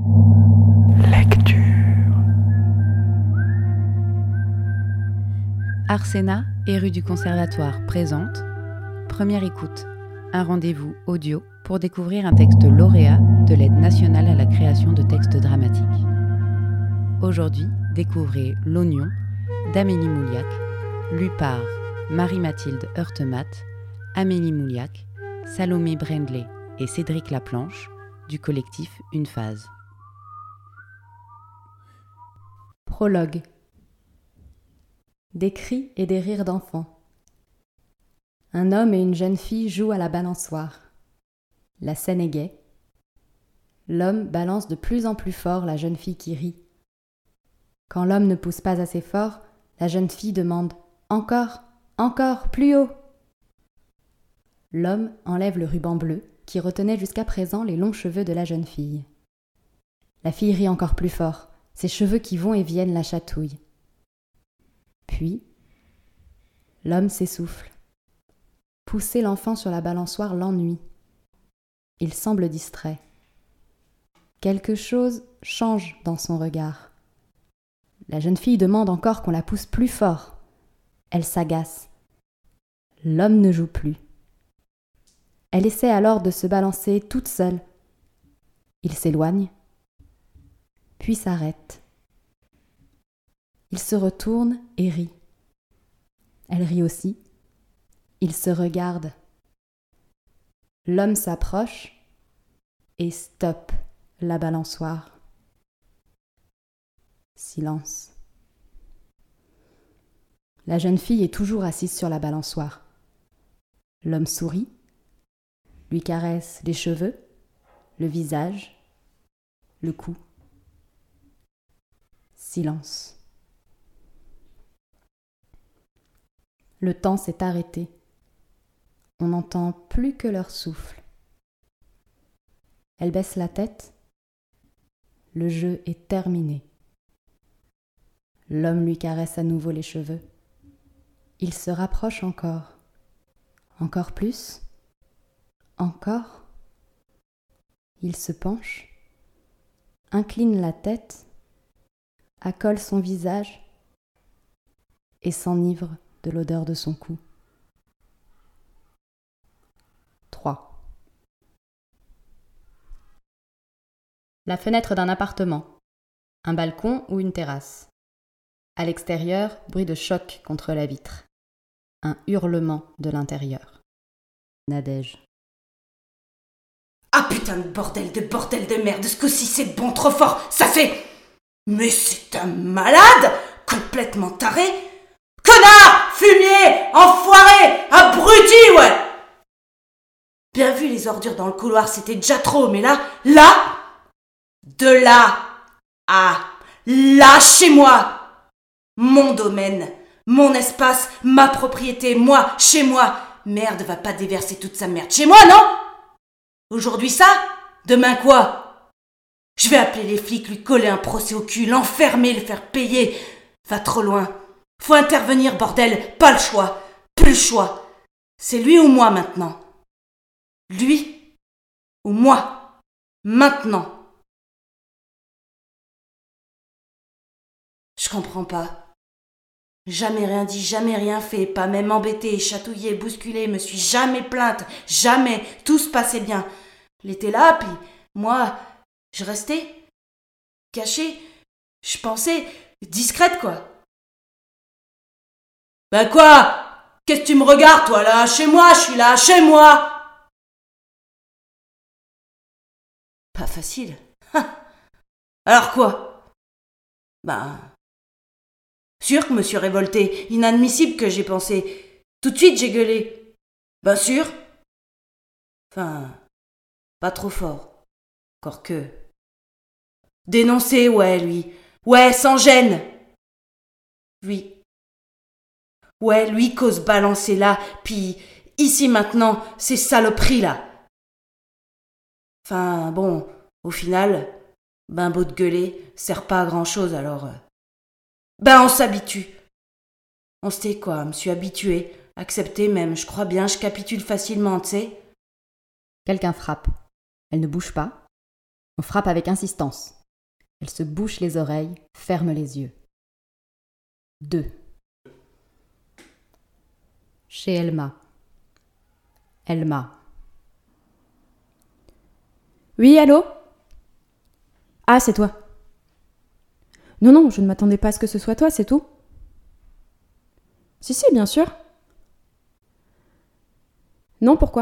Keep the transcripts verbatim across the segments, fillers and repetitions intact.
Lecture. Arsena et rue du Conservatoire présente Première écoute, un rendez-vous audio pour découvrir un texte lauréat de l'aide nationale à la création de textes dramatiques. Aujourd'hui, découvrez L'Oignon d'Amélie Mouliac, lu par Marie-Mathilde Heurtematte, Amélie Mouliac, Salomé Brendley et Cédric Laplanche du collectif Une Phase. Prologue. Des cris et des rires d'enfants. Un homme et une jeune fille jouent à la balançoire. La scène est gaie. L'homme balance de plus en plus fort la jeune fille qui rit. Quand l'homme ne pousse pas assez fort, la jeune fille demande « Encore, encore, plus haut !» L'homme enlève le ruban bleu qui retenait jusqu'à présent les longs cheveux de la jeune fille. La fille rit encore plus fort, ses cheveux qui vont et viennent la chatouillent. Puis, l'homme s'essouffle. Pousser l'enfant sur la balançoire l'ennuie. Il semble distrait. Quelque chose change dans son regard. La jeune fille demande encore qu'on la pousse plus fort. Elle s'agace. L'homme ne joue plus. Elle essaie alors de se balancer toute seule. Il s'éloigne, puis s'arrête. Il se retourne et rit. Elle rit aussi. Ils se regardent. L'homme s'approche et stoppe la balançoire. Silence. La jeune fille est toujours assise sur la balançoire. L'homme sourit, lui caresse les cheveux, le visage, le cou. Silence. Le temps s'est arrêté. On n'entend plus que leur souffle. Elle baisse la tête. Le jeu est terminé. L'homme lui caresse à nouveau les cheveux. Il se rapproche encore. Encore plus. Encore. Il se penche, incline la tête, accole son visage et s'enivre de l'odeur de son cou. trois. La fenêtre d'un appartement. Un balcon ou une terrasse. À l'extérieur, bruit de choc contre la vitre. Un hurlement de l'intérieur. Nadège. Ah putain de bordel de bordel de merde, ce coup-ci c'est bon, trop fort, ça fait... Mais c'est un malade, complètement taré. Connard, fumier, enfoiré, abruti, ouais. Bien vu les ordures dans le couloir, c'était déjà trop, mais là, là, de là à là chez moi, mon domaine, mon espace, ma propriété, moi, chez moi. Merde, va pas déverser toute sa merde chez moi, non? Aujourd'hui ça, demain quoi? Je vais appeler les flics, lui coller un procès au cul, l'enfermer, le faire payer. Va trop loin. Faut intervenir, bordel, pas le choix, plus le choix. C'est lui ou moi maintenant. Lui ou moi, maintenant. Je comprends pas. Jamais rien dit, jamais rien fait, pas même embêté, chatouillé, bousculé, me suis jamais plainte, jamais, tout se passait bien. Il était là, puis moi, je restais, cachée, je pensais, discrète quoi. Ben quoi? Qu'est-ce que tu me regardes toi là? Chez moi, je suis là, chez moi. Pas facile. Alors quoi? Ben... Sûr que me suis révoltée, inadmissible que j'ai pensé. Tout de suite j'ai gueulé. Ben sûr. Enfin, pas trop fort. Encore que. Dénoncer, ouais, lui. Ouais, sans gêne. Lui. Ouais, lui cause balancer là, puis ici maintenant, ces saloperies là. Enfin, bon, au final, ben beau de gueuler, sert pas à grand chose alors. Ben on s'habitue. On sait quoi, me suis habituée, acceptée même, je crois bien, je capitule facilement, tu sais. Quelqu'un frappe. Elle ne bouge pas. On frappe avec insistance. Elle se bouche les oreilles, ferme les yeux. deux. Chez Elma. Elma. Oui, allô ? Ah, c'est toi. Non, non, je ne m'attendais pas à ce que ce soit toi, c'est tout. Si, si, bien sûr. Non, pourquoi ?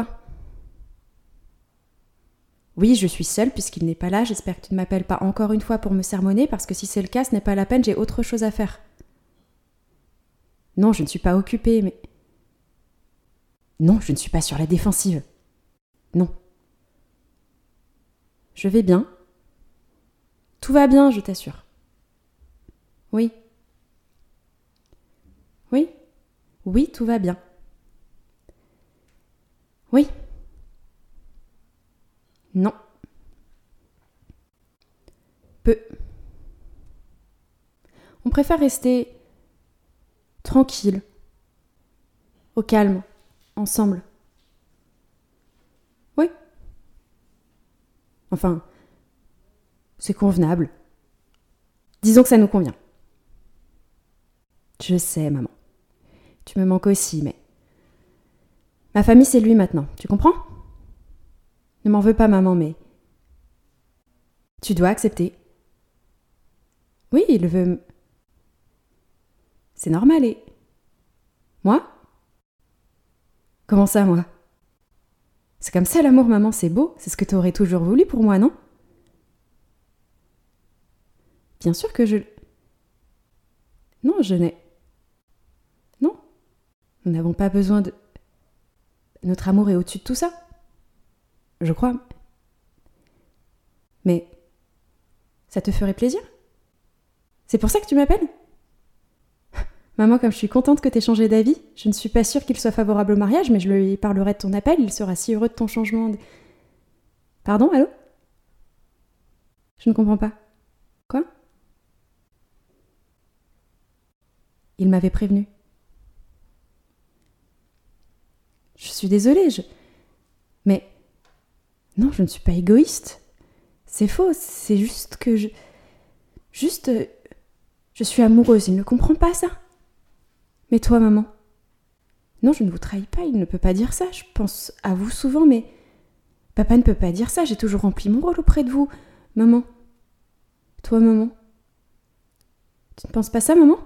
Oui, je suis seule puisqu'il n'est pas là, j'espère que tu ne m'appelles pas encore une fois pour me sermonner, parce que si c'est le cas, ce n'est pas la peine, j'ai autre chose à faire. Non, je ne suis pas occupée, mais... Non, je ne suis pas sur la défensive. Non. Je vais bien. Tout va bien, je t'assure. Oui. Oui. Oui, tout va bien. Oui. Non. Peu. On préfère rester tranquille, au calme, ensemble. Oui. Enfin, c'est convenable. Disons que ça nous convient. Je sais, maman. Tu me manques aussi, mais... Ma famille, c'est lui maintenant, tu comprends ? Ne m'en veux pas, maman, mais... Tu dois accepter. Oui, il veut... m- C'est normal, et... Moi ? Comment ça, moi ? C'est comme ça, l'amour, maman, c'est beau. C'est ce que tu aurais toujours voulu pour moi, non ? Bien sûr que je... Non, je n'ai... Non. Nous n'avons pas besoin de... Notre amour est au-dessus de tout ça. Je crois. Mais... Ça te ferait plaisir ? C'est pour ça que tu m'appelles ? Maman, comme je suis contente que t'aies changé d'avis, je ne suis pas sûre qu'il soit favorable au mariage, mais je lui parlerai de ton appel, il sera si heureux de ton changement de... Pardon, allô ? Je ne comprends pas. Quoi ? Il m'avait prévenu. Je suis désolée, je... Mais... Non, je ne suis pas égoïste. C'est faux, c'est juste que je... Juste... euh, Je suis amoureuse, il ne comprend pas ça. Mais toi, maman ? Non, je ne vous trahis pas, il ne peut pas dire ça. Je pense à vous souvent, mais... Papa ne peut pas dire ça, j'ai toujours rempli mon rôle auprès de vous. Maman. Toi, maman. Tu ne penses pas ça, maman ?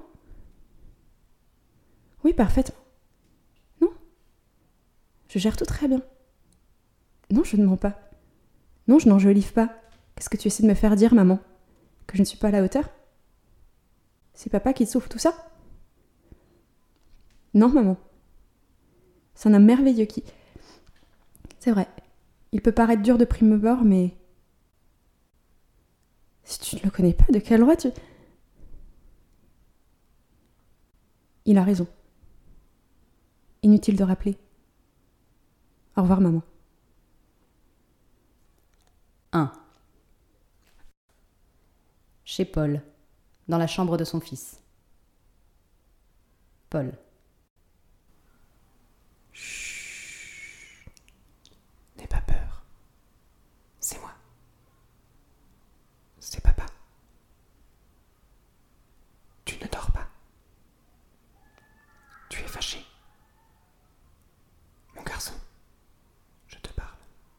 Oui, parfaitement. Non. Je gère tout très bien. Non, je ne mens pas. Non, je n'enjolive pas. Qu'est-ce que tu essaies de me faire dire, maman ? Que je ne suis pas à la hauteur ? C'est papa qui te souffle tout ça ? Non, maman. C'est un homme merveilleux qui... C'est vrai. Il peut paraître dur de prime abord, mais... Si tu ne le connais pas, de quel droit tu... Il a raison. Inutile de rappeler. Au revoir, maman. un. Chez Paul, dans la chambre de son fils. Paul. N'aie pas peur. C'est moi. C'est papa. Tu ne dors pas. Tu es fâché. Mon garçon, je te parle.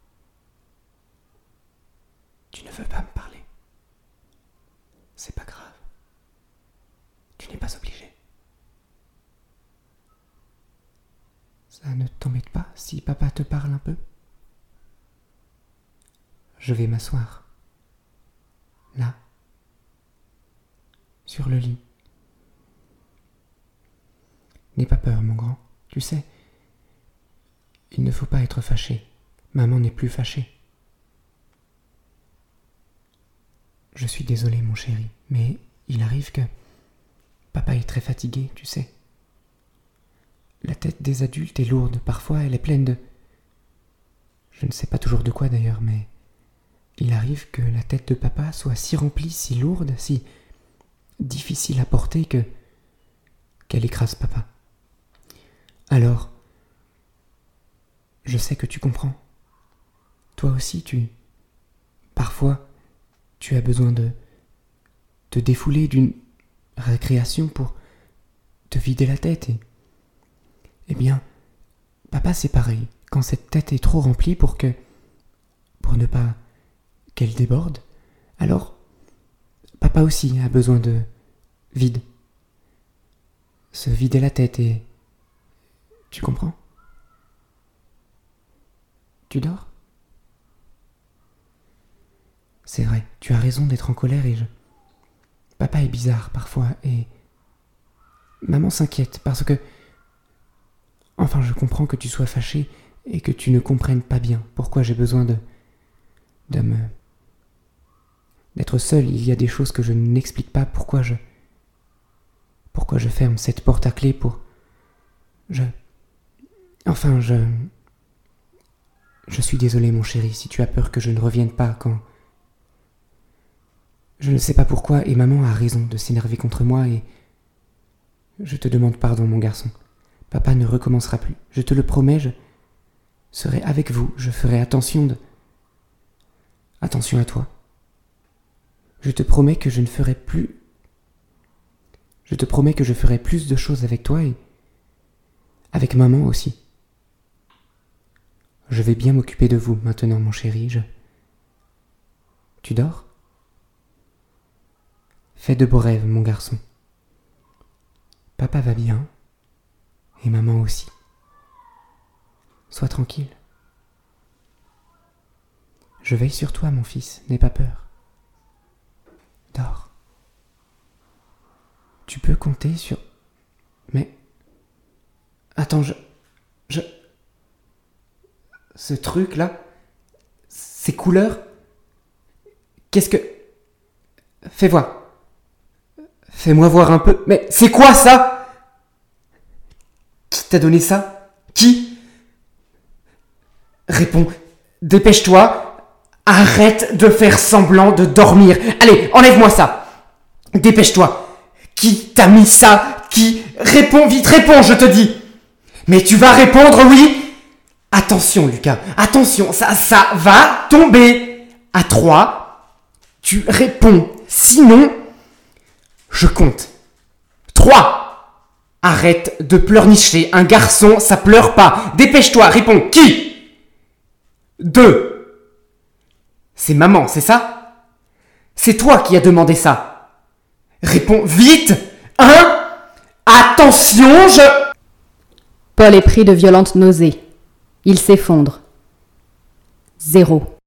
Tu ne veux pas me parler. C'est pas grave. Tu n'es pas obligé. Ça ne t'embête pas si papa te parle un peu ? Je vais m'asseoir. Là. Sur le lit. N'aie pas peur, mon grand. Tu sais, il ne faut pas être fâché. Maman n'est plus fâchée. Je suis désolé, mon chéri, mais il arrive que papa est très fatigué, tu sais. La tête des adultes est lourde, parfois elle est pleine de... Je ne sais pas toujours de quoi d'ailleurs, mais il arrive que la tête de papa soit si remplie, si lourde, si difficile à porter que... qu'elle écrase papa. Alors, je sais que tu comprends. Toi aussi, tu... Parfois, tu as besoin de te défouler d'une récréation pour te vider la tête et... Eh bien, papa c'est pareil. Quand cette tête est trop remplie pour que... pour ne pas qu'elle déborde, alors papa aussi a besoin de vide. Se vider la tête et... Tu comprends ? Tu dors ? C'est vrai, tu as raison d'être en colère et je... Papa est bizarre parfois et... Maman s'inquiète parce que... Enfin, je comprends que tu sois fâché et que tu ne comprennes pas bien pourquoi j'ai besoin de... de me... d'être seul. Il y a des choses que je n'explique pas pourquoi je... Pourquoi je ferme cette porte à clé pour... Je... Enfin, je... Je suis désolé, mon chéri, si tu as peur que je ne revienne pas quand... Je ne sais pas pourquoi, et maman a raison de s'énerver contre moi, et... Je te demande pardon, mon garçon. Papa ne recommencera plus. Je te le promets, je serai avec vous. Je ferai attention de... Attention à toi. Je te promets que je ne ferai plus... Je te promets que je ferai plus de choses avec toi et... avec maman aussi. Je vais bien m'occuper de vous maintenant, mon chéri. Je... Tu dors ? Fais de beaux rêves, mon garçon. Papa va bien. Et maman aussi. Sois tranquille. Je veille sur toi, mon fils. N'aie pas peur. Dors. Tu peux compter sur... Mais... Attends, je... Je... Ce truc-là... Ces couleurs... Qu'est-ce que... Fais voir. Fais-moi voir un peu... Mais c'est quoi ça ? Qui t'a donné ça ? Qui ? Réponds. Dépêche-toi. Arrête de faire semblant de dormir. Allez, enlève-moi ça. Dépêche-toi. Qui t'a mis ça ? Qui ? Réponds vite, réponds, je te dis. Mais tu vas répondre, oui ? Attention, Lucas. Attention, ça, ça va tomber. À trois, tu réponds. Sinon, je compte. Trois. Arrête de pleurnicher. Un garçon, ça pleure pas. Dépêche-toi, réponds. Qui ? Deux. C'est maman, c'est ça ? C'est toi qui as demandé ça. Réponds vite. Un. Attention, je... Paul est pris de violentes nausées. Il s'effondre. Zéro.